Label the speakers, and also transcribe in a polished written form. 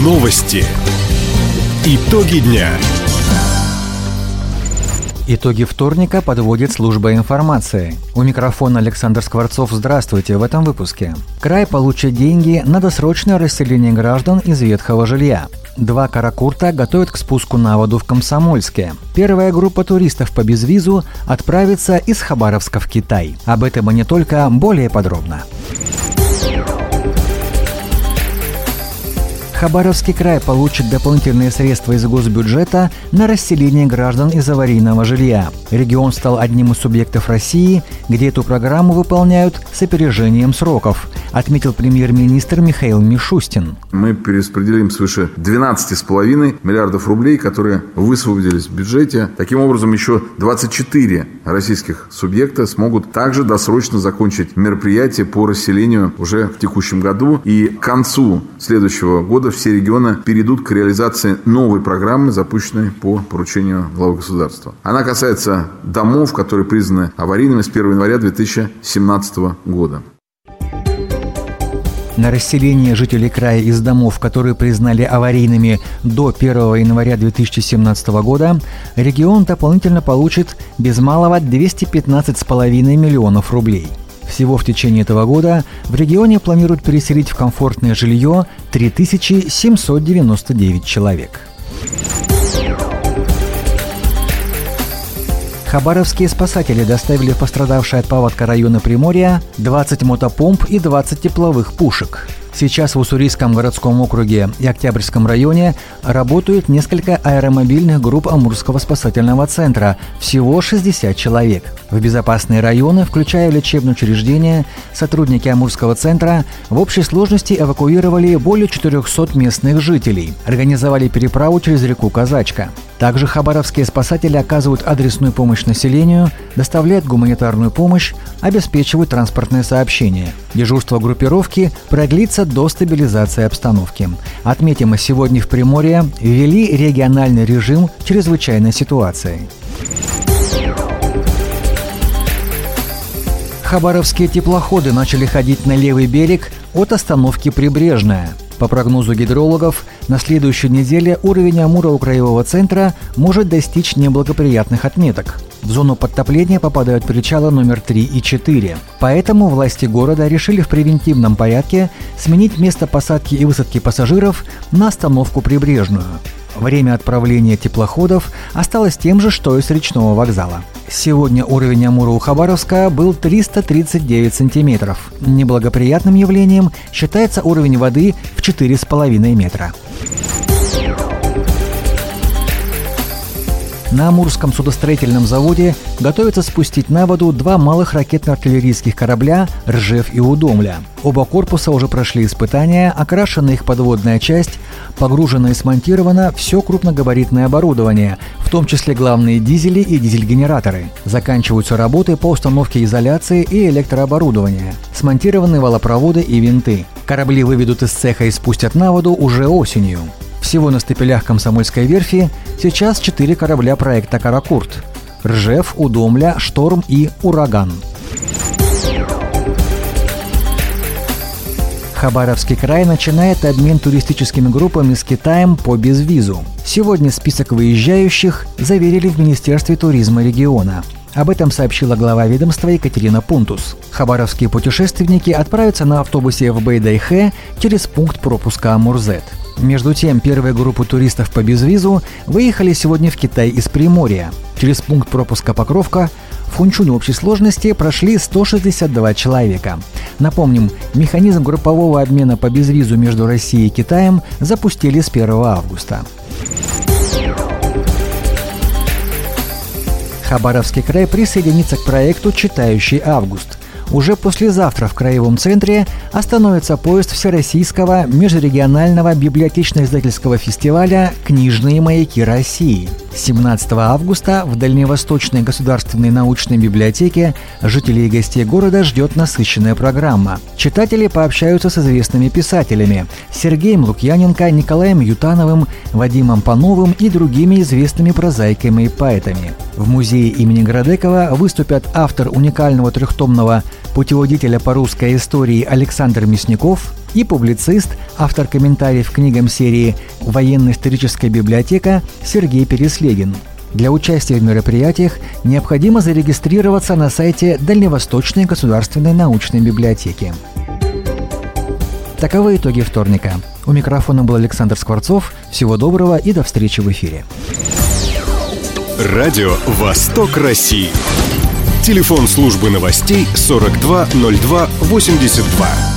Speaker 1: Новости. Итоги дня.
Speaker 2: Итоги вторника подводит служба информации. У микрофона Александр Скворцов. Здравствуйте в этом выпуске. Край получит деньги на досрочное расселение граждан из ветхого жилья. 2 каракурта готовят к спуску на воду в Комсомольске. Первая группа туристов по безвизу отправится из Хабаровска в Китай. Об этом и не только, более подробно. Хабаровский край получит дополнительные средства из госбюджета на расселение граждан из аварийного жилья. Регион стал одним из субъектов России, где эту программу выполняют с опережением сроков, отметил премьер-министр Михаил Мишустин.
Speaker 3: Мы перераспределим свыше 12,5 миллиардов рублей, которые высвободились в бюджете. Таким образом, еще 24 российских субъекта смогут также досрочно закончить мероприятия по расселению уже в текущем году. И к концу следующего года все регионы перейдут к реализации новой программы, запущенной по поручению главы государства. Она касается домов, которые признаны аварийными с 1 января 2017 года.
Speaker 2: На расселение жителей края из домов, которые признали аварийными до 1 января 2017 года, регион дополнительно получит без малого 215,5 миллионов рублей. Всего в течение этого года в регионе планируют переселить в комфортное жилье 3799 человек. Хабаровские спасатели доставили в пострадавшие от паводка районы Приморья 20 мотопомп и 20 тепловых пушек. Сейчас в Уссурийском городском округе и Октябрьском районе работают несколько аэромобильных групп Амурского спасательного центра, всего 60 человек. В безопасные районы, включая лечебные учреждения, сотрудники Амурского центра в общей сложности эвакуировали более 400 местных жителей, организовали переправу через реку Казачка. Также хабаровские спасатели оказывают адресную помощь населению, доставляют гуманитарную помощь, обеспечивают транспортное сообщение. Дежурство группировки продлится до стабилизации обстановки. Отметим, сегодня в Приморье ввели региональный режим чрезвычайной ситуации. Хабаровские теплоходы начали ходить на левый берег от остановки Прибрежная. По прогнозу гидрологов, на следующей неделе уровень Амура у краевого центра может достичь неблагоприятных отметок. В зону подтопления попадают причалы номер 3 и 4. Поэтому власти города решили в превентивном порядке сменить место посадки и высадки пассажиров на остановку Прибрежную. Время отправления теплоходов осталось тем же, что и с речного вокзала. Сегодня уровень Амура у Хабаровска был 339 сантиметров. Неблагоприятным явлением считается уровень воды в 4,5 метра. На Амурском судостроительном заводе готовятся спустить на воду 2 малых ракетно-артиллерийских корабля «Ржев» и «Удомля». Оба корпуса уже прошли испытания, окрашена их подводная часть, погружено и смонтировано все крупногабаритное оборудование, в том числе главные дизели и дизель-генераторы. Заканчиваются работы по установке изоляции и электрооборудования. Смонтированы валопроводы и винты. Корабли выведут из цеха и спустят на воду уже осенью. Всего на стапелях Комсомольской верфи сейчас 4 корабля проекта «Каракурт» – «Ржев», «Удомля», «Шторм» и «Ураган». Хабаровский край начинает обмен туристическими группами с Китаем по безвизу. Сегодня список выезжающих заверили в Министерстве туризма региона. Об этом сообщила глава ведомства Екатерина Пунтус. Хабаровские путешественники отправятся на автобусе в Бэйдайхэ через пункт пропуска Амурзет. Между тем, первая группа туристов по безвизу выехали сегодня в Китай из Приморья. Через пункт пропуска Покровка в Хунчунь в общей сложности прошли 162 человека. Напомним, механизм группового обмена по безвизу между Россией и Китаем запустили с 1 августа. Хабаровский край присоединится к проекту «Читающий август». Уже послезавтра в Краевом центре остановится поезд Всероссийского межрегионального библиотечно-издательского фестиваля «Книжные маяки России». 17 августа в Дальневосточной государственной научной библиотеке жителей и гостей города ждет насыщенная программа. Читатели пообщаются с известными писателями Сергеем Лукьяненко, Николаем Ютановым, Вадимом Пановым и другими известными прозаиками и поэтами. В музее имени Градекова выступят автор уникального трехтомного путеводителя по русской истории Александр Мясников и публицист, автор комментариев к книгам серии «Военно-историческая библиотека» Сергей Переслегин. Для участия в мероприятиях необходимо зарегистрироваться на сайте Дальневосточной государственной научной библиотеки. Таковы итоги вторника. У микрофона был Александр Скворцов. Всего доброго и до встречи в эфире.
Speaker 1: Радио «Восток России». Телефон службы новостей 420282.